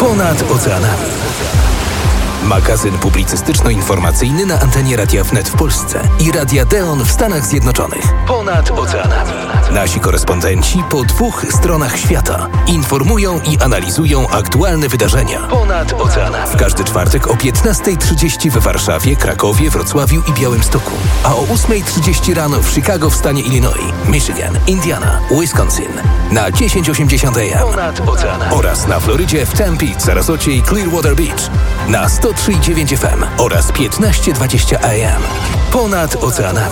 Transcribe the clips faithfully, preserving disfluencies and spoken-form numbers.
Ponad oceanami. Magazyn publicystyczno-informacyjny na antenie Radia Wnet w Polsce i Radia Deon w Stanach Zjednoczonych. Ponad oceanami. Nasi korespondenci po dwóch stronach świata informują i analizują aktualne wydarzenia. Ponad oceanami. W każdy czwartek o piętnasta trzydzieści we Warszawie, Krakowie, Wrocławiu i Białymstoku, a o ósma trzydzieści rano w Chicago w stanie Illinois, Michigan, Indiana, Wisconsin na tysiąc osiemdziesiąt A M. Ponad oceanami. Oraz na Florydzie w Tempe, Sarasocie i Clearwater Beach na sto trzy i dziewięć F M oraz piętnaście dwadzieścia A M. Ponad oceanami.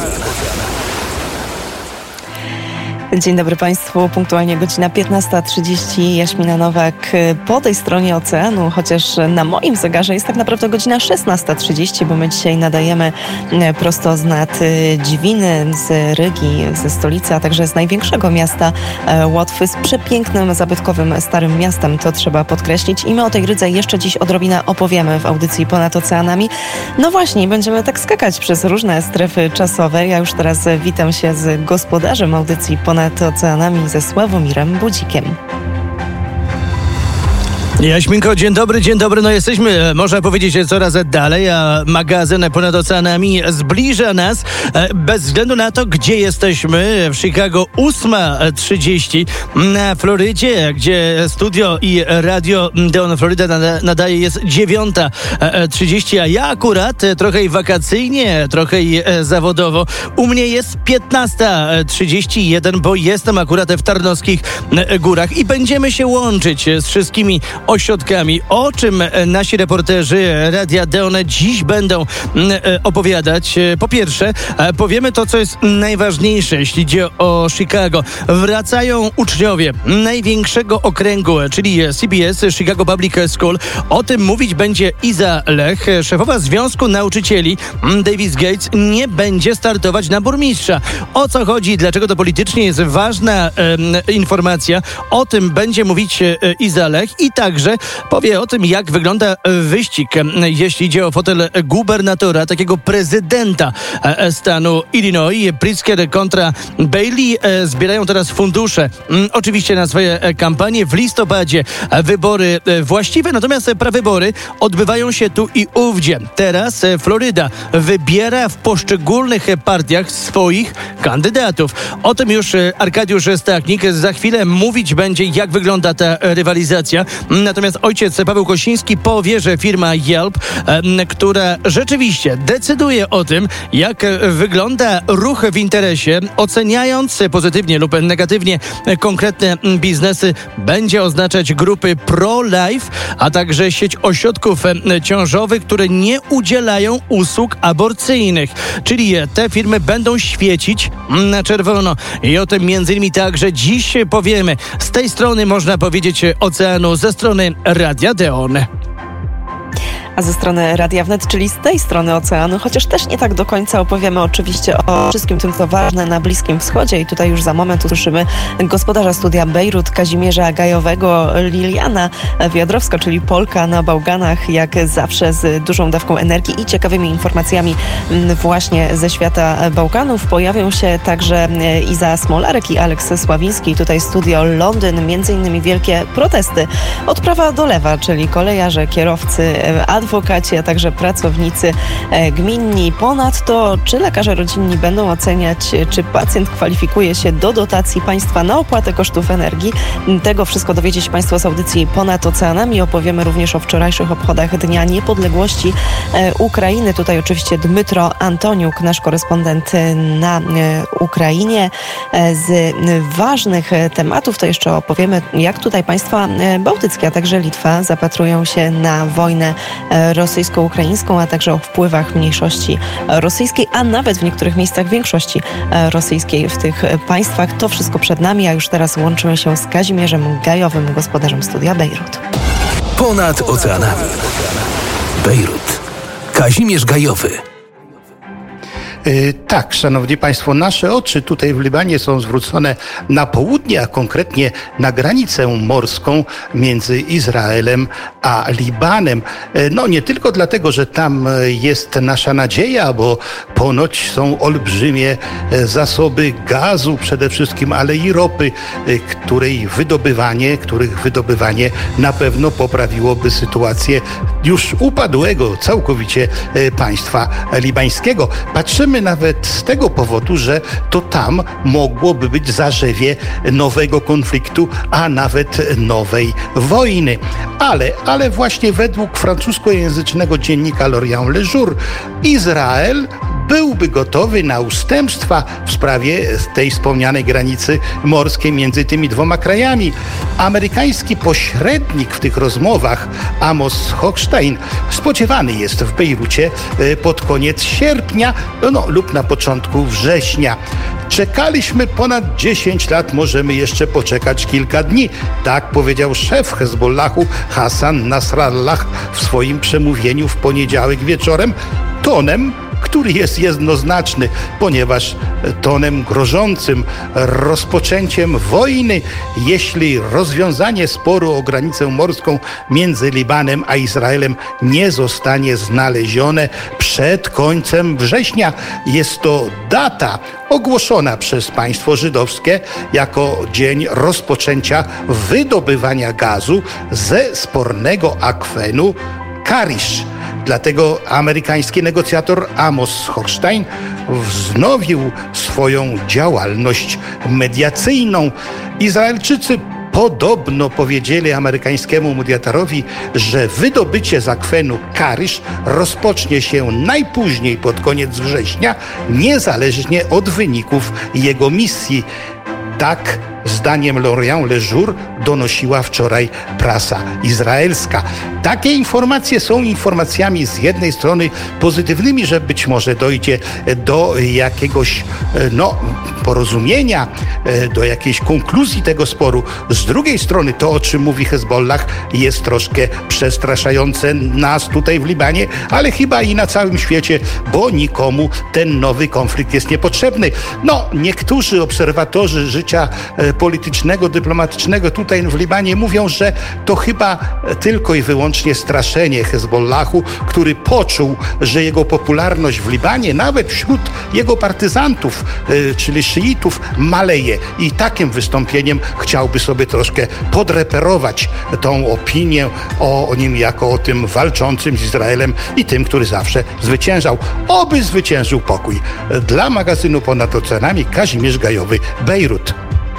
Dzień dobry Państwu, punktualnie godzina piętnasta trzydzieści, Jaśmina Nowak po tej stronie oceanu, chociaż na moim zegarze jest tak naprawdę godzina szesnasta trzydzieści, bo my dzisiaj nadajemy prosto z nad Dźwiny, z Rygi, ze stolicy, a także z największego miasta Łotwy, z przepięknym, zabytkowym Starym Miastem, to trzeba podkreślić. I my o tej Rydze jeszcze dziś odrobinę opowiemy w audycji Ponad Oceanami. No właśnie, będziemy tak skakać przez różne strefy czasowe. Ja już teraz witam się z gospodarzem audycji Ponad Ponad Oceanami, ze Sławomirem Budzikiem. Jaśminko, dzień dobry, dzień dobry. No jesteśmy, można powiedzieć, coraz dalej, a magazyn Ponad Oceanami zbliża nas bez względu na to, gdzie jesteśmy. W Chicago ósma trzydzieści, na Florydzie, gdzie studio i radio Deon Florida nadaje, jest dziewiąta trzydzieści, a ja akurat trochę i wakacyjnie, trochę i zawodowo. U mnie jest piętnasta trzydzieści jeden, bo jestem akurat w Tarnowskich Górach i będziemy się łączyć z wszystkimi ośrodkami, o czym nasi reporterzy Radia Deon dziś będą opowiadać. Po pierwsze, powiemy to, co jest najważniejsze, jeśli idzie o Chicago. Wracają uczniowie największego okręgu, czyli C B S, Chicago Public School. O tym mówić będzie Iza Lech. Szefowa Związku Nauczycieli Davis Gates nie będzie startować na burmistrza. O co chodzi? Dlaczego to politycznie jest ważna e, informacja? O tym będzie mówić e, Iza Lech i tak Także powie o tym, jak wygląda wyścig, jeśli idzie o fotel gubernatora, takiego prezydenta stanu Illinois. Pritzker kontra Bailey zbierają teraz fundusze, oczywiście na swoje kampanie. W listopadzie wybory właściwe, natomiast prawybory odbywają się tu i ówdzie. Teraz Floryda wybiera w poszczególnych partiach swoich kandydatów. O tym już Arkadiusz Stachnik za chwilę mówić będzie, jak wygląda ta rywalizacja. Natomiast ojciec Paweł Kosiński powie, że firma Yelp, e, która rzeczywiście decyduje o tym, jak wygląda ruch w interesie, oceniając pozytywnie lub negatywnie konkretne biznesy, będzie oznaczać grupy pro-life, a także sieć ośrodków ciążowych, które nie udzielają usług aborcyjnych. Czyli te firmy będą świecić na czerwono. I o tym między innymi także dziś powiemy. Z tej strony, można powiedzieć, oceanu, ze strony Radia Deon. A ze strony Radia Wnet, czyli z tej strony oceanu, chociaż też nie tak do końca, opowiemy oczywiście o wszystkim tym, co ważne na Bliskim Wschodzie. I tutaj już za moment usłyszymy gospodarza studia Bejrut Kazimierza Gajowego. Liliana Wiadrowska, czyli Polka na bałganach, jak zawsze z dużą dawką energii i ciekawymi informacjami właśnie ze świata Bałkanów. Pojawią się także Iza Smolarek i Aleks Sławiński. Tutaj studio Londyn, między innymi wielkie protesty od prawa do lewa, czyli kolejarze, kierowcy, adwokaci, a także pracownicy gminni. Ponadto, czy lekarze rodzinni będą oceniać, czy pacjent kwalifikuje się do dotacji państwa na opłatę kosztów energii? Tego wszystko dowiecie się Państwo z audycji Ponad Oceanami. Opowiemy również o wczorajszych obchodach Dnia Niepodległości Ukrainy. Tutaj oczywiście Dmytro Antoniuk, nasz korespondent na Ukrainie. Z ważnych tematów to jeszcze opowiemy, jak tutaj państwa bałtyckie, a także Litwa zapatrują się na wojnę rosyjsko-ukraińską, a także o wpływach mniejszości rosyjskiej, a nawet w niektórych miejscach większości rosyjskiej w tych państwach. To wszystko przed nami, a już teraz łączymy się z Kazimierzem Gajowym, gospodarzem studia Bejrut. Ponad oceanami. Bejrut. Kazimierz Gajowy. Tak, szanowni państwo, nasze oczy tutaj w Libanie są zwrócone na południe, a konkretnie na granicę morską między Izraelem a Libanem. No nie tylko dlatego, że tam jest nasza nadzieja, bo ponoć są olbrzymie zasoby gazu przede wszystkim, ale i ropy, której wydobywanie, których wydobywanie na pewno poprawiłoby sytuację już upadłego całkowicie państwa libańskiego. Patrzymy nawet z tego powodu, że to tam mogłoby być zarzewie nowego konfliktu, a nawet nowej wojny. Ale, ale właśnie według francuskojęzycznego dziennika L'Orient Le Jour Izrael byłby gotowy na ustępstwa w sprawie tej wspomnianej granicy morskiej między tymi dwoma krajami. Amerykański pośrednik w tych rozmowach, Amos Hochstein, spodziewany jest w Bejrucie pod koniec sierpnia no, lub na początku września. Czekaliśmy ponad dziesięć lat, możemy jeszcze poczekać kilka dni. Tak powiedział szef Hezbollahu Hassan Nasrallah w swoim przemówieniu w poniedziałek wieczorem, tonem, który jest jednoznaczny, ponieważ tonem grożącym rozpoczęciem wojny, jeśli rozwiązanie sporu o granicę morską między Libanem a Izraelem nie zostanie znalezione przed końcem września. Jest to data ogłoszona przez państwo żydowskie jako dzień rozpoczęcia wydobywania gazu ze spornego akwenu Karish. Dlatego amerykański negocjator Amos Hochstein wznowił swoją działalność mediacyjną. Izraelczycy podobno powiedzieli amerykańskiemu mediatorowi, że wydobycie z akwenu Karish rozpocznie się najpóźniej pod koniec września, niezależnie od wyników jego misji. Tak zdaniem L'Orient Le Jour donosiła wczoraj prasa izraelska. Takie informacje są informacjami z jednej strony pozytywnymi, że być może dojdzie do jakiegoś no, porozumienia, do jakiejś konkluzji tego sporu. Z drugiej strony to, o czym mówi Hezbollah, jest troszkę przestraszające nas tutaj w Libanie, ale chyba i na całym świecie, bo nikomu ten nowy konflikt jest niepotrzebny. No, niektórzy obserwatorzy życia politycznego, dyplomatycznego tutaj w Libanie mówią, że to chyba tylko i wyłącznie straszenie Hezbollahu, który poczuł, że jego popularność w Libanie, nawet wśród jego partyzantów, czyli szyitów, maleje. I takim wystąpieniem chciałby sobie troszkę podreperować tą opinię o nim jako o tym walczącym z Izraelem i tym, który zawsze zwyciężał. Oby zwyciężył pokój. Dla magazynu Ponad Oceanami Kazimierz Gajowy, Bejrut.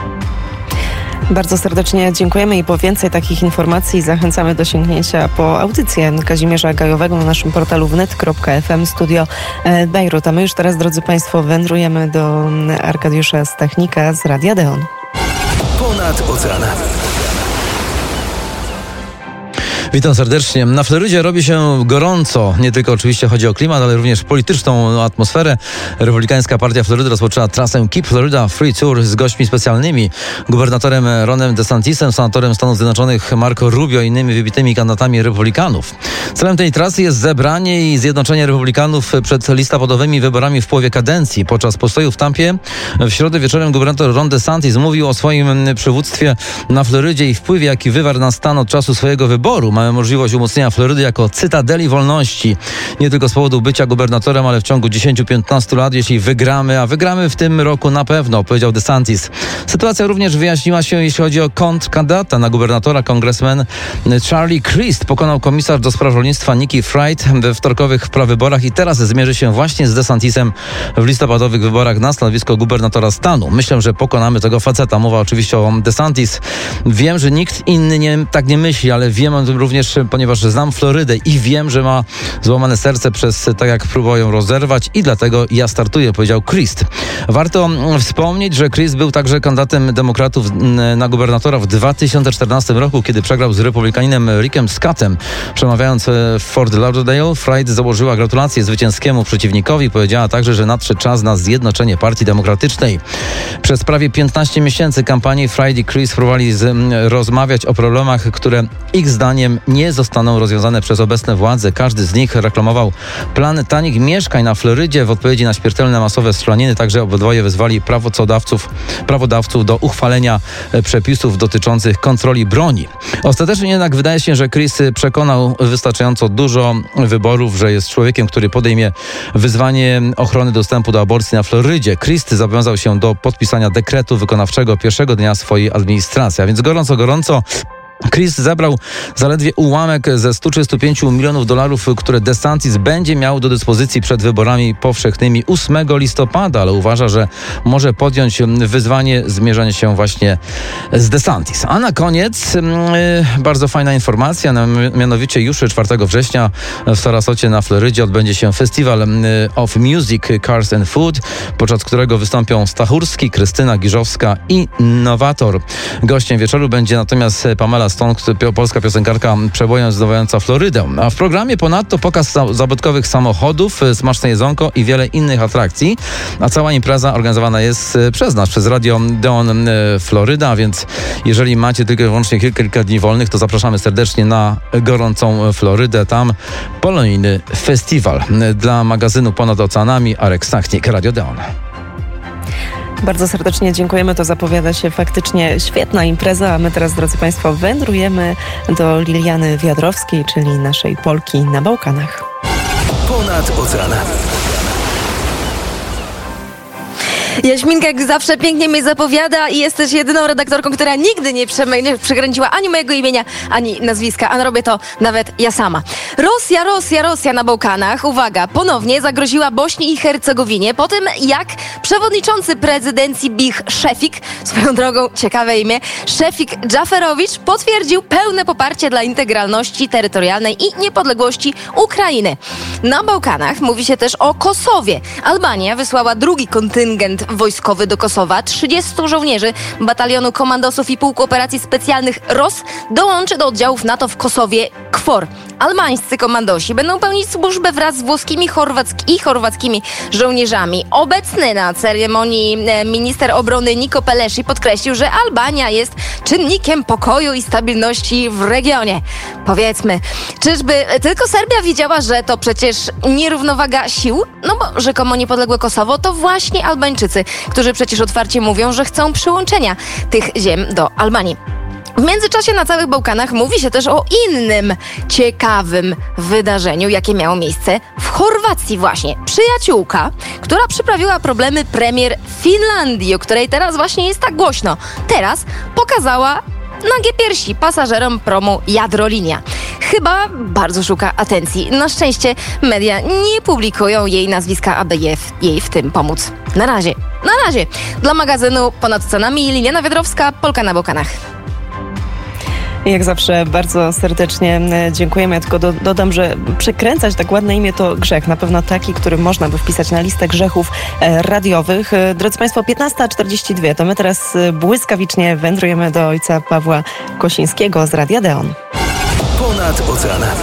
Bardzo serdecznie dziękujemy i po więcej takich informacji zachęcamy do sięgnięcia po audycję Kazimierza Gajowego na naszym portalu wnet kropka f m Studio Bejrut. A my już teraz, drodzy Państwo, wędrujemy do Arkadiusza Stachnika z Radia Deon. Ponad oceanami. Witam serdecznie. Na Florydzie robi się gorąco. Nie tylko oczywiście chodzi o klimat, ale również polityczną atmosferę. Republikańska Partia Florydy rozpoczęła trasę Keep Florida Free Tour z gośćmi specjalnymi. Gubernatorem Ronem DeSantisem, senatorem Stanów Zjednoczonych Marco Rubio i innymi wybitnymi kandydatami republikanów. Celem tej trasy jest zebranie i zjednoczenie republikanów przed listopadowymi wyborami w połowie kadencji. Podczas postoju w Tampie w środę wieczorem gubernator Ron DeSantis mówił o swoim przywództwie na Florydzie i wpływie, jaki wywarł na stan od czasu swojego wyboru. Mamy możliwość umocnienia Florydy jako cytadeli wolności. Nie tylko z powodu bycia gubernatorem, ale w ciągu dziesięć do piętnastu lat, jeśli wygramy, a wygramy w tym roku na pewno, powiedział DeSantis. Sytuacja również wyjaśniła się, jeśli chodzi o kontrkandydata na gubernatora. Kongresmen Charlie Crist pokonał komisarz do spraw rolnictwa Nikki Fried we wtorkowych prawyborach i teraz zmierzy się właśnie z DeSantisem w listopadowych wyborach na stanowisko gubernatora stanu. Myślę, że pokonamy tego faceta. Mowa oczywiście o DeSantis. Wiem, że nikt inny nie, tak nie myśli, ale wiem o tym również, ponieważ znam Florydę i wiem, że ma złamane serce przez tak, jak próbują rozerwać i dlatego ja startuję, powiedział Crist. Warto wspomnieć, że Crist był także kandydatem demokratów na gubernatora w dwa tysiące czternastym roku, kiedy przegrał z republikaninem Rickiem Scottem. Przemawiając w Fort Lauderdale, Fried założyła gratulacje zwycięskiemu przeciwnikowi. Powiedziała także, że nadszedł czas na zjednoczenie Partii Demokratycznej. Przez prawie piętnaście miesięcy kampanii Fried i Crist próbowali z, rozmawiać o problemach, które ich zdaniem zdaniem nie zostaną rozwiązane przez obecne władze. Każdy z nich reklamował plan tanich mieszkań na Florydzie. W odpowiedzi na śmiertelne masowe strzelaniny także obydwoje wezwali prawodawców, prawodawców do uchwalenia przepisów dotyczących kontroli broni. Ostatecznie jednak wydaje się, że Chris przekonał wystarczająco dużo wyborów, że jest człowiekiem, który podejmie wyzwanie ochrony dostępu do aborcji na Florydzie. Chris zobowiązał się do podpisania dekretu wykonawczego pierwszego dnia swojej administracji. A więc gorąco, gorąco Chris zebrał zaledwie ułamek ze stu trzydziestu pięciu milionów dolarów, które DeSantis będzie miał do dyspozycji przed wyborami powszechnymi ósmego listopada, ale uważa, że może podjąć wyzwanie zmierzenia się właśnie z DeSantis. A na koniec yy, bardzo fajna informacja, mianowicie już czwartego września w Sarasocie na Florydzie odbędzie się Festival of Music, Cars and Food, podczas którego wystąpią Stachurski, Krystyna Giżowska i Nowator. Gościem wieczoru będzie natomiast Pamela Stone, polska piosenkarka przebojem zdobywająca Florydę. A w programie ponadto pokaz zabytkowych samochodów, smaczne jedzonko i wiele innych atrakcji. A cała impreza organizowana jest przez nas, przez Radio Deon Floryda, więc jeżeli macie tylko i wyłącznie kilka, kilka dni wolnych, to zapraszamy serdecznie na gorącą Florydę. Tam polonijny festiwal. Dla magazynu Ponad Oceanami Arek Stachnik, Radio Deon. Bardzo serdecznie dziękujemy. To zapowiada się faktycznie świetna impreza, a my teraz, drodzy Państwo, wędrujemy do Liliany Wiadrowskiej, czyli naszej Polki na Bałkanach. Ponad oceanami. Jaśminka jak zawsze pięknie mnie zapowiada i jesteś jedyną redaktorką, która nigdy nie, prze- nie przekręciła ani mojego imienia, ani nazwiska, a robię to nawet ja sama. Rosja, Rosja, Rosja na Bałkanach, uwaga, ponownie zagroziła Bośni i Hercegowinie po tym, jak przewodniczący prezydencji B I H Szefik, swoją drogą ciekawe imię, Szefik Dżaferowicz potwierdził pełne poparcie dla integralności terytorialnej i niepodległości Ukrainy. Na Bałkanach mówi się też o Kosowie. Albania wysłała drugi kontyngent wojskowy do Kosowa. trzydziestu żołnierzy batalionu komandosów i pułku operacji specjalnych R O S dołączy do oddziałów NATO w Kosowie K F O R. Albańscy komandosi będą pełnić służbę wraz z włoskimi chorwacki, i chorwackimi żołnierzami. Obecny na ceremonii minister obrony Niko Pelesi podkreślił, że Albania jest czynnikiem pokoju i stabilności w regionie. Powiedzmy, czyżby tylko Serbia widziała, że to przecież nierównowaga sił? No bo rzekomo niepodległe Kosowo to właśnie Albańczycy, którzy przecież otwarcie mówią, że chcą przyłączenia tych ziem do Albanii. W międzyczasie na całych Bałkanach mówi się też o innym ciekawym wydarzeniu, jakie miało miejsce w Chorwacji właśnie. Przyjaciółka, która przyprawiła problemy premier Finlandii, o której teraz właśnie jest tak głośno, teraz pokazała nagie piersi pasażerom promu Jadrolinia. Chyba bardzo szuka atencji. Na szczęście media nie publikują jej nazwiska, aby je w, jej w tym pomóc. Na razie, na razie. Dla magazynu Ponad Oceanami Liliana Wiadrowska, Polka na Bałkanach. Jak zawsze bardzo serdecznie dziękujemy. Ja tylko do, dodam, że przekręcać tak ładne imię to grzech. Na pewno taki, który można by wpisać na listę grzechów e, radiowych. E, drodzy Państwo, piętnasta czterdzieści dwa. To my teraz e, błyskawicznie wędrujemy do ojca Pawła Kosińskiego z Radia Deon. Ponad oceanami.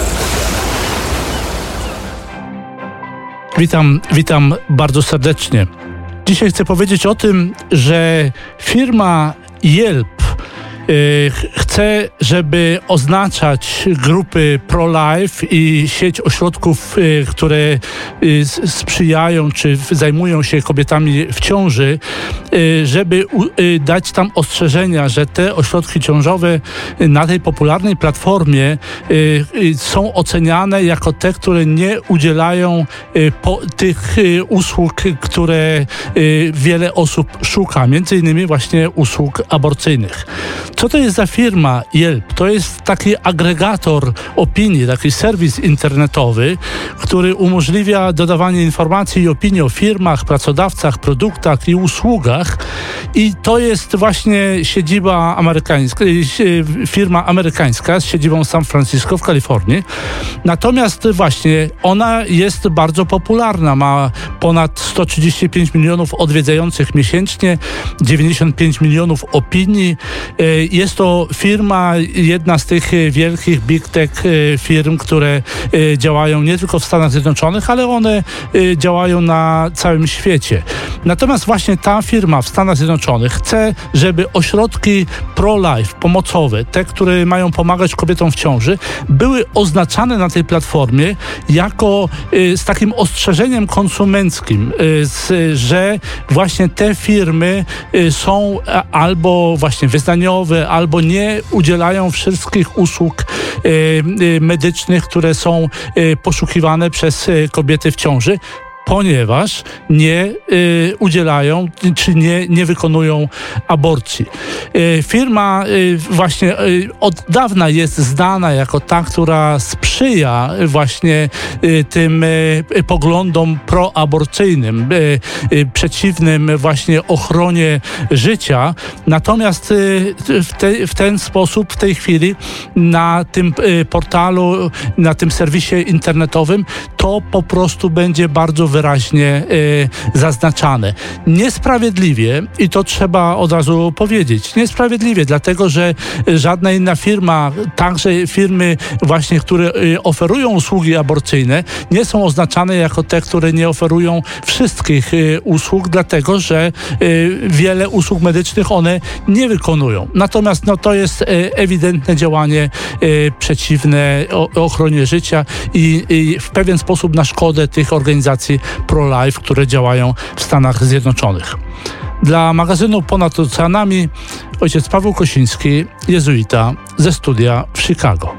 Witam, witam bardzo serdecznie. Dzisiaj chcę powiedzieć o tym, że firma Yelp chce, żeby oznaczać grupy pro-life i sieć ośrodków, które sprzyjają czy zajmują się kobietami w ciąży, żeby dać tam ostrzeżenia, że te ośrodki ciążowe na tej popularnej platformie są oceniane jako te, które nie udzielają tych usług, które wiele osób szuka, między innymi właśnie usług aborcyjnych. Co to jest za firma Yelp? To jest taki agregator opinii, taki serwis internetowy, który umożliwia dodawanie informacji i opinii o firmach, pracodawcach, produktach i usługach. I to jest właśnie siedziba amerykańska, firma amerykańska z siedzibą w San Francisco w Kalifornii. Natomiast właśnie ona jest bardzo popularna. Ma ponad sto trzydzieści pięć milionów odwiedzających miesięcznie, dziewięćdziesiąt pięć milionów opinii. Jest to firma, jedna z tych wielkich big tech firm, które działają nie tylko w Stanach Zjednoczonych, ale one działają na całym świecie. Natomiast właśnie ta firma w Stanach Zjednoczonych chce, żeby ośrodki pro-life, pomocowe, te, które mają pomagać kobietom w ciąży, były oznaczane na tej platformie jako z takim ostrzeżeniem konsumenckim, że właśnie te firmy są albo właśnie wyznaniowe, albo nie udzielają wszystkich usług medycznych, które są poszukiwane przez kobiety w ciąży, ponieważ nie y, udzielają czy nie, nie wykonują aborcji. Y, firma y, właśnie y, od dawna jest znana jako ta, która sprzyja właśnie y, tym y, poglądom proaborcyjnym, y, y, przeciwnym właśnie ochronie życia. Natomiast y, w, te, w ten sposób w tej chwili na tym y, portalu, na tym serwisie internetowym to po prostu będzie bardzo wyraźnie y, zaznaczane. Niesprawiedliwie, i to trzeba od razu powiedzieć, niesprawiedliwie, dlatego że żadna inna firma, także firmy właśnie, które y, oferują usługi aborcyjne, nie są oznaczane jako te, które nie oferują wszystkich y, usług, dlatego że y, wiele usług medycznych one nie wykonują. Natomiast no, to jest y, ewidentne działanie y, przeciwne o, ochronie życia i, i w pewien sposób na szkodę tych organizacji pro-life, które działają w Stanach Zjednoczonych. Dla magazynu Ponad Oceanami ojciec Paweł Kosiński, jezuita ze studia w Chicago.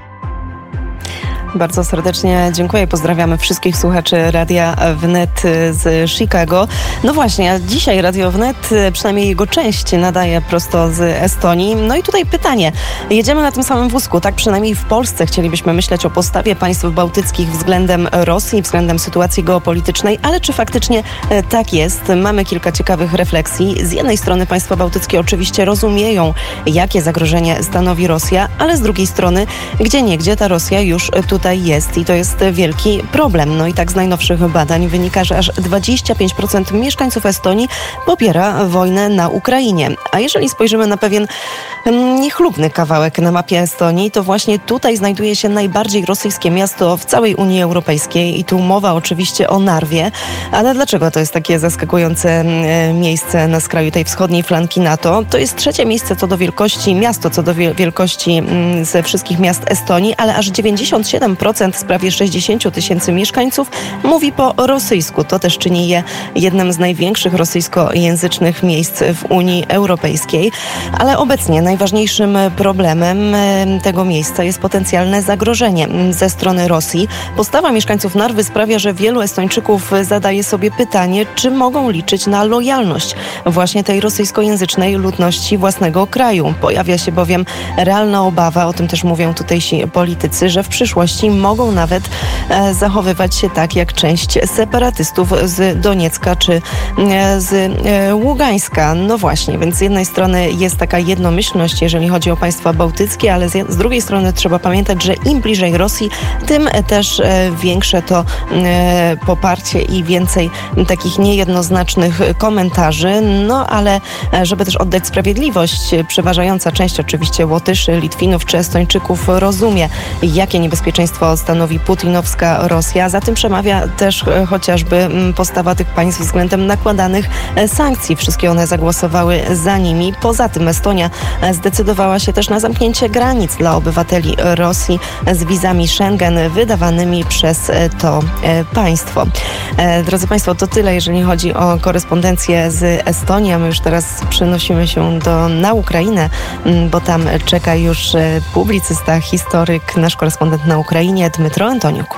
Bardzo serdecznie dziękuję. Pozdrawiamy wszystkich słuchaczy Radia Wnet z Chicago. No właśnie, a dzisiaj Radio Wnet, przynajmniej jego część, nadaje prosto z Estonii. No i tutaj pytanie. Jedziemy na tym samym wózku, tak przynajmniej w Polsce chcielibyśmy myśleć o postawie państw bałtyckich względem Rosji, względem sytuacji geopolitycznej, ale czy faktycznie tak jest? Mamy kilka ciekawych refleksji. Z jednej strony państwa bałtyckie oczywiście rozumieją, jakie zagrożenie stanowi Rosja, ale z drugiej strony, gdzie niegdzie ta Rosja już tutaj jest i to jest wielki problem. No i tak z najnowszych badań wynika, że aż dwadzieścia pięć procent mieszkańców Estonii popiera wojnę na Ukrainie. A jeżeli spojrzymy na pewien niechlubny kawałek na mapie Estonii, to właśnie tutaj znajduje się najbardziej rosyjskie miasto w całej Unii Europejskiej i tu mowa oczywiście o Narwie. Ale dlaczego to jest takie zaskakujące miejsce na skraju tej wschodniej flanki NATO? To jest trzecie miejsce co do wielkości, miasto co do wielkości ze wszystkich miast Estonii, ale aż dziewięćdziesiąt siedem procent z prawie sześćdziesięciu tysięcy mieszkańców mówi po rosyjsku. To też czyni je jednym z największych rosyjskojęzycznych miejsc w Unii Europejskiej. Ale obecnie najważniejszym problemem tego miejsca jest potencjalne zagrożenie ze strony Rosji. Postawa mieszkańców Narwy sprawia, że wielu Estończyków zadaje sobie pytanie, czy mogą liczyć na lojalność właśnie tej rosyjskojęzycznej ludności własnego kraju. Pojawia się bowiem realna obawa, o tym też mówią tutejsi politycy, że w przyszłości mogą nawet e, zachowywać się tak jak część separatystów z Doniecka czy e, z e, Ługańska. No właśnie, więc z jednej strony jest taka jednomyślność, jeżeli chodzi o państwa bałtyckie, ale z, z drugiej strony trzeba pamiętać, że im bliżej Rosji, tym też e, większe to e, poparcie i więcej takich niejednoznacznych komentarzy. No ale e, żeby też oddać sprawiedliwość, przeważająca część oczywiście Łotyszy, Litwinów czy Estończyków rozumie, jakie niebezpieczeństwo stanowi putinowska Rosja. Za tym przemawia też chociażby postawa tych państw względem nakładanych sankcji. Wszystkie one zagłosowały za nimi. Poza tym Estonia zdecydowała się też na zamknięcie granic dla obywateli Rosji z wizami Schengen wydawanymi przez to państwo. Drodzy Państwo, to tyle, jeżeli chodzi o korespondencję z Estonii. A my już teraz przenosimy się do, na Ukrainę, bo tam czeka już publicysta, historyk, nasz korespondent na Ukrainie, Dmytro Antoniuk.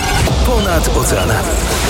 Ponad oceanami.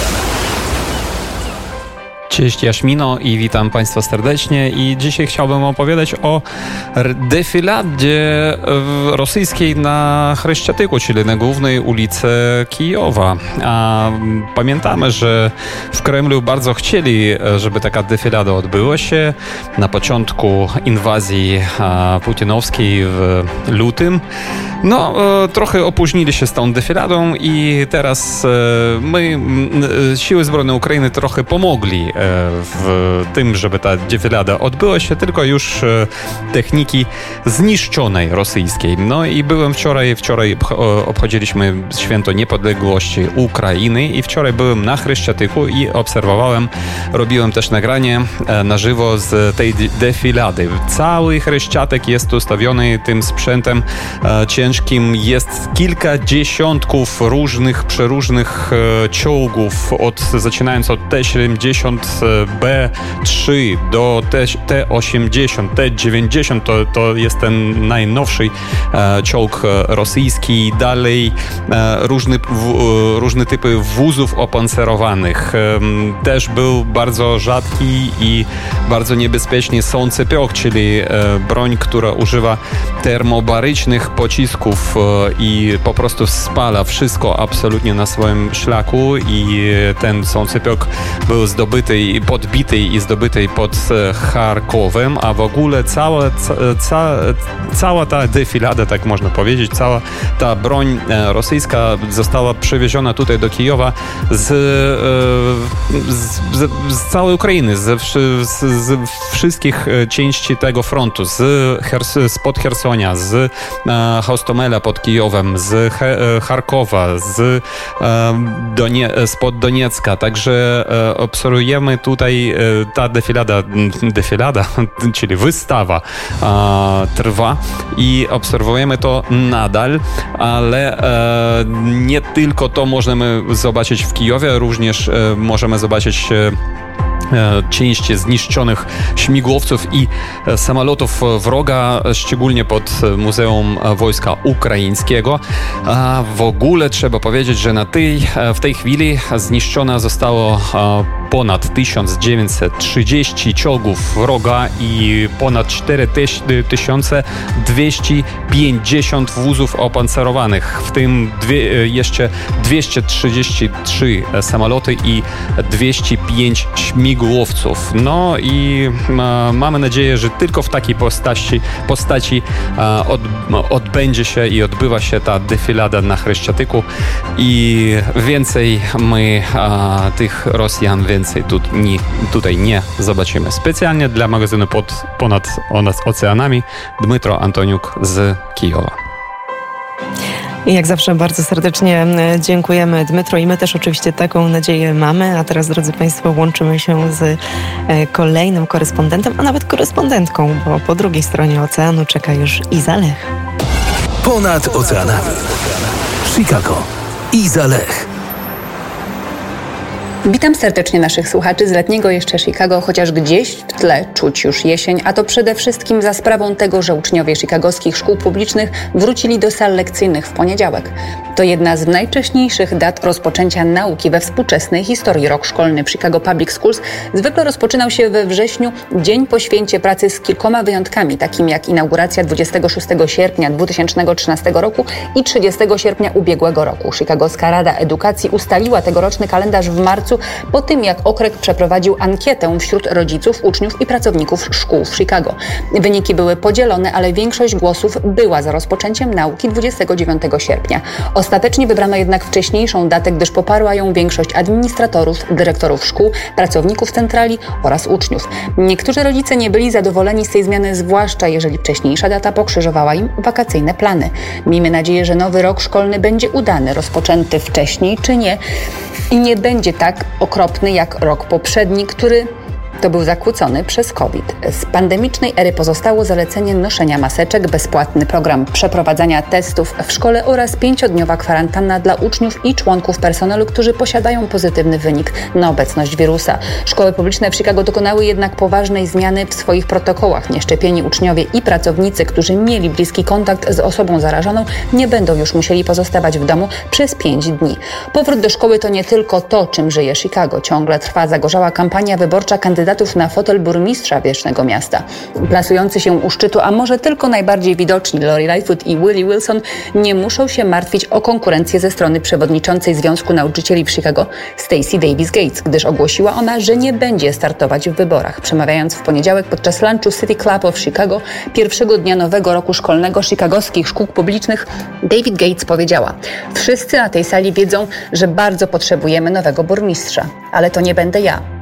Cześć Jaśmino i witam Państwa serdecznie i dzisiaj chciałbym opowiadać o defiladzie rosyjskiej na Chreściatyku, czyli na głównej ulicy Kijowa. A pamiętamy, że w Kremlu bardzo chcieli, żeby taka defilada odbyła się na początku inwazji putinowskiej w lutym. No, trochę opóźnili się z tą defiladą i teraz my, siły zbrojne Ukrainy, trochę pomogli w tym, żeby ta defilada odbyła się, tylko już techniki zniszczonej rosyjskiej. No i byłem wczoraj, wczoraj obchodziliśmy święto niepodległości Ukrainy i wczoraj byłem na Chryszczatyku i obserwowałem, robiłem też nagranie na żywo z tej defilady. Cały Chryszczatek jest ustawiony tym sprzętem ciężkim. Jest kilka dziesiątków różnych, przeróżnych czołgów, od, zaczynając od T siedemdziesiąt B trzy do T osiemdziesiąt, T dziewięćdziesiąt, to, to jest ten najnowszy czołg rosyjski. Dalej różne, różne typy wózów opancerowanych. Też był bardzo rzadki i bardzo niebezpieczny Sącypiok, czyli broń, która używa termobarycznych pocisków i po prostu spala wszystko absolutnie na swoim szlaku, i ten Sącypiok był zdobyty i podbity i zdobyty pod Charkowem, a w ogóle cała, ca, cała ta defilada, tak można powiedzieć, cała ta broń rosyjska została przywieziona tutaj do Kijowa z, z, z całej Ukrainy, z, z, z wszystkich części tego frontu, z Hers, spod Chersonia, z Hostomela pod Kijowem, z Charkowa, z Donie, spod Doniecka. Także obserwujemy tutaj ta defilada, defilada, czyli wystawa trwa i obserwujemy to nadal, ale nie tylko to możemy zobaczyć w Kijowie, również możemy zobaczyć części zniszczonych śmigłowców i samolotów wroga, szczególnie pod Muzeum Wojska Ukraińskiego. A w ogóle trzeba powiedzieć, że na tej, w tej chwili zniszczona zostało ponad tysiąc dziewięćset trzydzieści czołgów wroga i ponad cztery tysiące dwieście pięćdziesiąt wózów opancerowanych, w tym dwie, jeszcze dwieście trzydzieści trzy samoloty i dwieście pięć śmigłowców. No i e, mamy nadzieję, że tylko w takiej postaci, postaci e, od, odbędzie się i odbywa się ta defilada na Chryszczatyku i więcej my e, tych Rosjan więcej tu, nie, tutaj nie zobaczymy. Specjalnie dla magazynu pod, Ponad Oceanami Dmytro Antoniuk z Kijowa. I jak zawsze bardzo serdecznie dziękujemy, Dmytro, i my też oczywiście taką nadzieję mamy. A teraz, drodzy Państwo, łączymy się z kolejnym korespondentem, a nawet korespondentką, bo po drugiej stronie oceanu czeka już Iza Lech. Ponad Oceanami. Chicago. Iza Lech. Witam serdecznie naszych słuchaczy z letniego jeszcze Chicago, chociaż gdzieś w tle czuć już jesień, a to przede wszystkim za sprawą tego, że uczniowie chicagowskich szkół publicznych wrócili do sal lekcyjnych w poniedziałek. To jedna z najwcześniejszych dat rozpoczęcia nauki we współczesnej historii. Rok szkolny w Chicago Public Schools zwykle rozpoczynał się we wrześniu, dzień po święcie pracy, z kilkoma wyjątkami, takimi jak inauguracja dwudziestego szóstego sierpnia dwa tysiące trzynastego roku i trzydziestego sierpnia ubiegłego roku. Chicagowska Rada Edukacji ustaliła tegoroczny kalendarz w marcu po tym, jak okręg przeprowadził ankietę wśród rodziców, uczniów i pracowników szkół w Chicago. Wyniki były podzielone, ale większość głosów była za rozpoczęciem nauki dwudziestego dziewiątego sierpnia. Ostatecznie wybrano jednak wcześniejszą datę, gdyż poparła ją większość administratorów, dyrektorów szkół, pracowników centrali oraz uczniów. Niektórzy rodzice nie byli zadowoleni z tej zmiany, zwłaszcza jeżeli wcześniejsza data pokrzyżowała im wakacyjne plany. Miejmy nadzieję, że nowy rok szkolny będzie udany, rozpoczęty wcześniej czy nie, i nie będzie tak okropny jak rok poprzedni, który to był zakłócony przez COVID. Z pandemicznej ery pozostało zalecenie noszenia maseczek, bezpłatny program przeprowadzania testów w szkole oraz pięciodniowa kwarantanna dla uczniów i członków personelu, którzy posiadają pozytywny wynik na obecność wirusa. Szkoły publiczne w Chicago dokonały jednak poważnej zmiany w swoich protokołach. Nieszczepieni uczniowie i pracownicy, którzy mieli bliski kontakt z osobą zarażoną, nie będą już musieli pozostawać w domu przez pięć dni. Powrót do szkoły to nie tylko to, czym żyje Chicago. Ciągle trwa zagorzała kampania wyborcza kandydatów na fotel burmistrza wiecznego miasta. Plasujący się u szczytu, a może tylko najbardziej widoczni Lori Lightfoot i Willie Wilson nie muszą się martwić o konkurencję ze strony przewodniczącej Związku Nauczycieli w Chicago, Stacey Davis Gates, gdyż ogłosiła ona, że nie będzie startować w wyborach. Przemawiając w poniedziałek podczas lunchu City Club of Chicago, pierwszego dnia nowego roku szkolnego chicagowskich szkół publicznych, David Gates powiedziała: wszyscy na tej sali wiedzą, że bardzo potrzebujemy nowego burmistrza, ale to nie będę ja.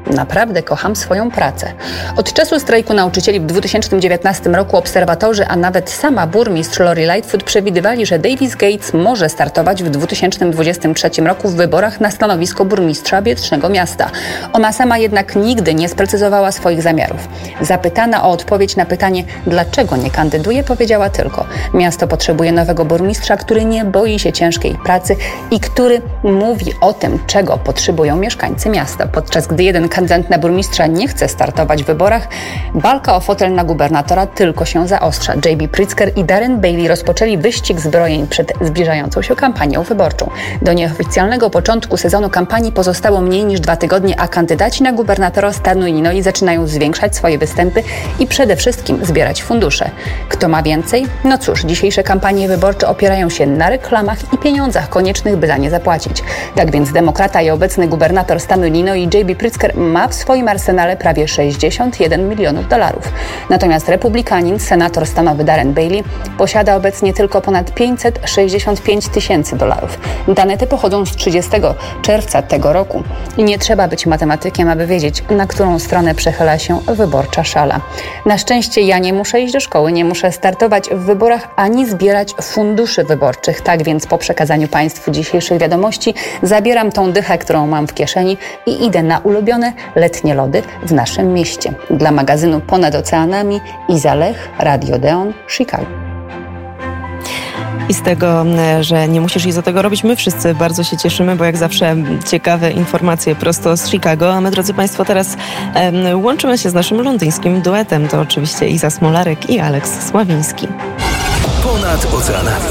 Naprawdę kocham swoją pracę. Od czasu strajku nauczycieli w dwa tysiące dziewiętnastym roku obserwatorzy, a nawet sama burmistrz Lori Lightfoot przewidywali, że Davis Gates może startować w dwa tysiące dwudziestym trzecim roku w wyborach na stanowisko burmistrza Wietrznego Miasta. Ona sama jednak nigdy nie sprecyzowała swoich zamiarów. Zapytana o odpowiedź na pytanie, dlaczego nie kandyduje, powiedziała tylko: miasto potrzebuje nowego burmistrza, który nie boi się ciężkiej pracy i który mówi o tym, czego potrzebują mieszkańcy miasta. Podczas gdy jeden kandydat na burmistrza nie chce startować w wyborach, walka o fotel na gubernatora tylko się zaostrza. J B Pritzker i Darren Bailey rozpoczęli wyścig zbrojeń przed zbliżającą się kampanią wyborczą. Do nieoficjalnego początku sezonu kampanii pozostało mniej niż dwa tygodnie, a kandydaci na gubernatora stanu Illinois zaczynają zwiększać swoje występy i przede wszystkim zbierać fundusze. Kto ma więcej? No cóż, dzisiejsze kampanie wyborcze opierają się na reklamach i pieniądzach koniecznych, by za nie zapłacić. Tak więc demokrata i obecny gubernator stanu Illinois J B Pritzker ma w swoim arsenale prawie sześćdziesiąt jeden milionów dolarów. Natomiast republikanin, senator stanowy Darren Bailey, posiada obecnie tylko ponad pięćset sześćdziesiąt pięć tysięcy dolarów. Dane te pochodzą z trzydziestego czerwca tego roku. I nie trzeba być matematykiem, aby wiedzieć, na którą stronę przechyla się wyborcza szala. Na szczęście ja nie muszę iść do szkoły, nie muszę startować w wyborach ani zbierać funduszy wyborczych. Tak więc po przekazaniu Państwu dzisiejszych wiadomości zabieram tą dychę, którą mam w kieszeni i idę na ulubione letnie lody w naszym mieście. Dla magazynu Ponad Oceanami Iza Lech, Radio Deon, Chicago. I z tego, że nie musisz nic do tego robić, my wszyscy bardzo się cieszymy, bo jak zawsze ciekawe informacje prosto z Chicago. A my, drodzy Państwo, teraz um, łączymy się z naszym londyńskim duetem. To oczywiście Iza Smolarek i Aleks Sławiński. Ponad Oceanami.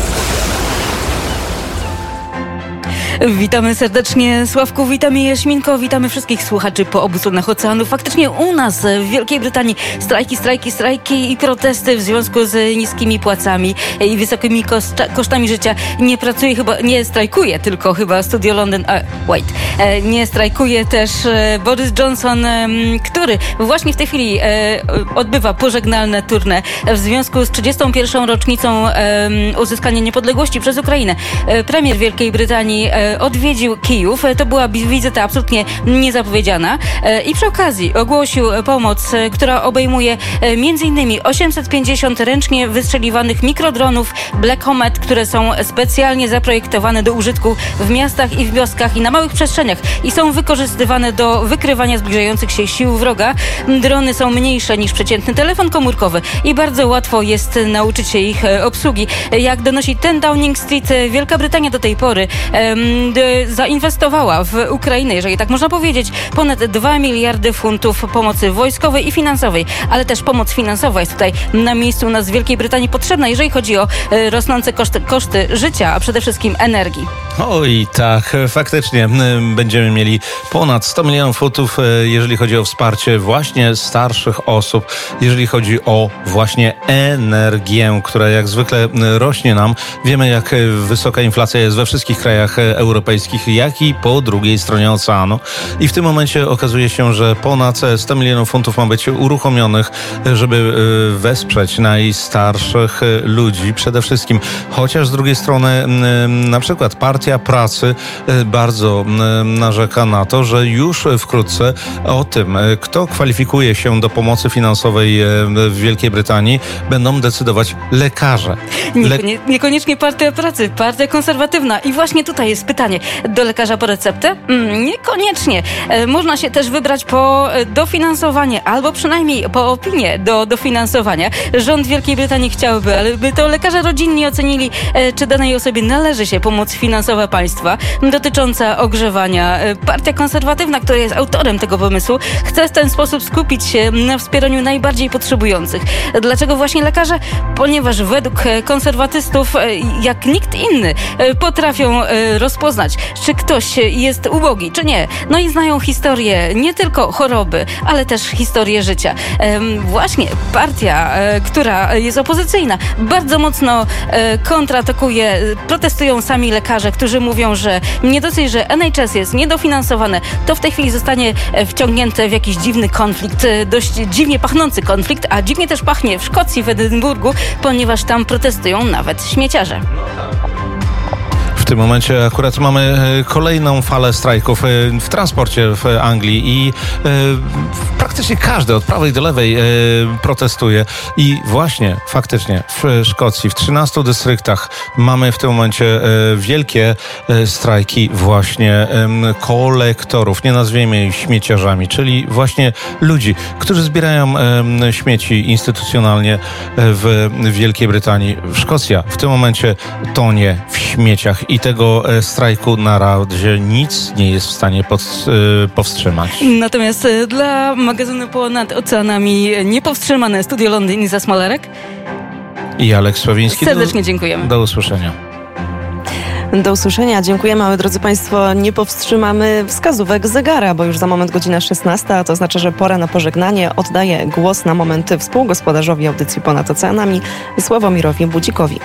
Witamy serdecznie, Sławku, witamy Jaśminko, witamy wszystkich słuchaczy po obu stronach oceanu. Faktycznie u nas w Wielkiej Brytanii strajki, strajki, strajki i protesty w związku z niskimi płacami i wysokimi koszta, kosztami życia. Nie pracuje chyba, nie strajkuje tylko chyba Studio Londyn, a wait, nie strajkuje też Boris Johnson, który właśnie w tej chwili odbywa pożegnalne tournée w związku z trzydziestą pierwszą rocznicą uzyskania niepodległości przez Ukrainę. Premier Wielkiej Brytanii odwiedził Kijów. To była wizyta absolutnie niezapowiedziana i przy okazji ogłosił pomoc, która obejmuje między innymi osiemset pięćdziesiąt ręcznie wystrzeliwanych mikrodronów Black Comet, które są specjalnie zaprojektowane do użytku w miastach i w wioskach i na małych przestrzeniach i są wykorzystywane do wykrywania zbliżających się sił wroga. Drony są mniejsze niż przeciętny telefon komórkowy i bardzo łatwo jest nauczyć się ich obsługi. Jak donosi ten Downing Street, Wielka Brytania do tej pory um, zainwestowała w Ukrainę, jeżeli tak można powiedzieć, ponad dwa miliardy funtów pomocy wojskowej i finansowej, ale też pomoc finansowa jest tutaj na miejscu u nas w Wielkiej Brytanii potrzebna, jeżeli chodzi o rosnące koszty, koszty życia, a przede wszystkim energii. Oj, tak, faktycznie będziemy mieli ponad sto milionów funtów, jeżeli chodzi o wsparcie właśnie starszych osób, jeżeli chodzi o właśnie energię, która jak zwykle rośnie nam. Wiemy, jak wysoka inflacja jest we wszystkich krajach europejskich, jak i po drugiej stronie oceanu. I w tym momencie okazuje się, że ponad sto milionów funtów ma być uruchomionych, żeby wesprzeć najstarszych ludzi przede wszystkim. Chociaż z drugiej strony na przykład Partia Pracy bardzo narzeka na to, że już wkrótce o tym, kto kwalifikuje się do pomocy finansowej w Wielkiej Brytanii, będą decydować lekarze. Le- Nie, niekoniecznie Partia Pracy, Partia Konserwatywna. I właśnie tutaj jest pytanie, do lekarza po receptę? Mm, niekoniecznie. E, można się też wybrać po dofinansowanie, albo przynajmniej po opinię do dofinansowania. Rząd Wielkiej Brytanii chciałby, ale by to lekarze rodzinni ocenili, e, czy danej osobie należy się pomoc finansowa państwa dotycząca ogrzewania. E, Partia Konserwatywna, która jest autorem tego pomysłu, chce w ten sposób skupić się na wspieraniu najbardziej potrzebujących. Dlaczego właśnie lekarze? Ponieważ według konserwatystów, e, jak nikt inny, e, potrafią e, rozpoznać, czy ktoś jest ubogi, czy nie. No i znają historię nie tylko choroby, ale też historię życia. Ehm, właśnie partia, e, która jest opozycyjna, bardzo mocno e, kontratakuje. Protestują sami lekarze, którzy mówią, że nie dosyć, że N H S jest niedofinansowane, to w tej chwili zostanie wciągnięte w jakiś dziwny konflikt, dość dziwnie pachnący konflikt, a dziwnie też pachnie w Szkocji, w Edynburgu, ponieważ tam protestują nawet śmieciarze. W tym momencie akurat mamy kolejną falę strajków w transporcie w Anglii i praktycznie każdy od prawej do lewej protestuje. I właśnie faktycznie w Szkocji, w trzynastu dystryktach mamy w tym momencie wielkie strajki właśnie kolektorów, nie nazwijmy ich śmieciarzami, czyli właśnie ludzi, którzy zbierają śmieci instytucjonalnie w Wielkiej Brytanii. Szkocja w tym momencie tonie w śmieciach i tego strajku na razie nic nie jest w stanie pod, powstrzymać. Natomiast dla magazynu Ponad Oceanami niepowstrzymane Studio Londyn i Zasmalerek i Aleks Sławiński. Serdecznie do, dziękujemy. Do usłyszenia. Do usłyszenia. Dziękujemy, ale drodzy Państwo, nie powstrzymamy wskazówek zegara, bo już za moment godzina szesnasta, a to znaczy, że pora na pożegnanie. Oddaję głos na moment współgospodarzowi audycji Ponad Oceanami, Sławomirowi Budzikowi.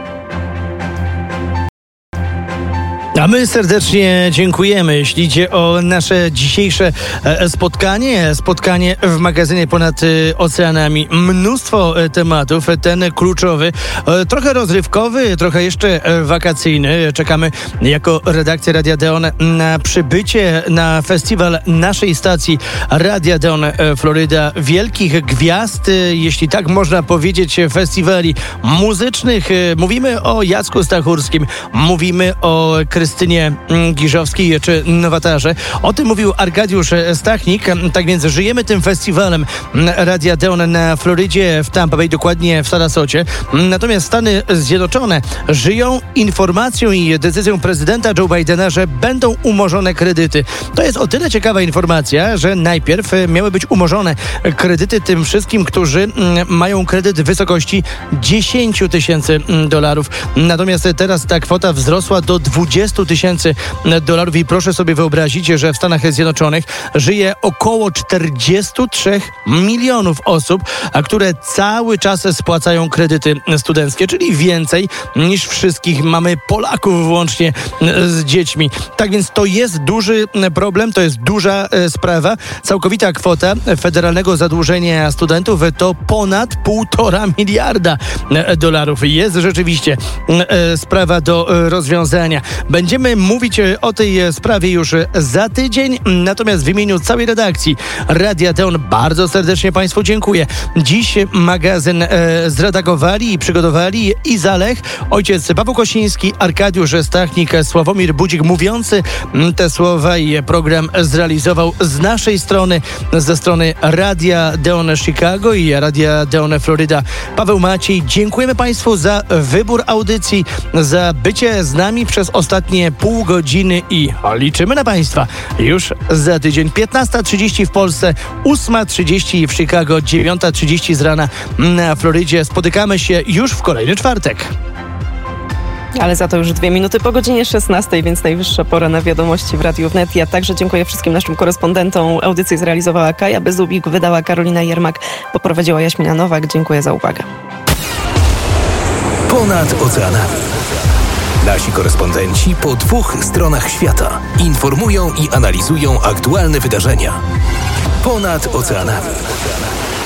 A my serdecznie dziękujemy, jeśli idzie o nasze dzisiejsze spotkanie, spotkanie w magazynie Ponad Oceanami. Mnóstwo tematów, ten kluczowy, trochę rozrywkowy, trochę jeszcze wakacyjny. Czekamy jako redakcja Radia Deon na przybycie na festiwal naszej stacji Radia Deon Floryda. Wielkich gwiazd, jeśli tak można powiedzieć, festiwali muzycznych. Mówimy o Jacku Stachurskim, mówimy o Krystynie Giżowskiej czy Nowatarze. O tym mówił Arkadiusz Stachnik. Tak więc żyjemy tym festiwalem Radia Deon na Florydzie, w Tampa Bay, dokładnie w Sarasocie. Natomiast Stany Zjednoczone żyją informacją i decyzją prezydenta Joe Bidena, że będą umorzone kredyty. To jest o tyle ciekawa informacja, że najpierw miały być umorzone kredyty tym wszystkim, którzy mają kredyt w wysokości dziesięć tysięcy dolarów. Natomiast teraz ta kwota wzrosła do dwadzieścia tysięcy dolarów i proszę sobie wyobrazić, że w Stanach Zjednoczonych żyje około czterdzieści trzy milionów osób, a które cały czas spłacają kredyty studenckie, czyli więcej niż wszystkich mamy Polaków włącznie z dziećmi. Tak więc to jest duży problem, to jest duża sprawa. Całkowita kwota federalnego zadłużenia studentów to ponad półtora miliarda dolarów. Jest rzeczywiście sprawa do rozwiązania. Będziemy mówić o tej sprawie już za tydzień, natomiast w imieniu całej redakcji Radia Deon bardzo serdecznie Państwu dziękuję. Dziś magazyn e, zredagowali i przygotowali Iza Lech, ojciec Paweł Kosiński, Arkadiusz Stachnik, Sławomir Budzik, mówiący te słowa, i program zrealizował z naszej strony, ze strony Radia Deon Chicago i Radia Deon Floryda Paweł Maciej. Dziękujemy Państwu za wybór audycji, za bycie z nami przez ostatnie pół godziny i liczymy na Państwa już za tydzień. piętnasta trzydzieści w Polsce, ósma trzydzieści w Chicago, dziewiąta trzydzieści z rana na Florydzie. Spotykamy się już w kolejny czwartek. Ale za to już dwie minuty po godzinie szesnastej, więc najwyższa pora na wiadomości w Radiu Wnet. Ja także dziękuję wszystkim naszym korespondentom. Audycję zrealizowała Kaja Bezubik, wydała Karolina Jermak, poprowadziła Jaśmina Nowak. Dziękuję za uwagę. Ponad Oceanami. Nasi korespondenci po dwóch stronach świata informują i analizują aktualne wydarzenia. Ponad Oceanami.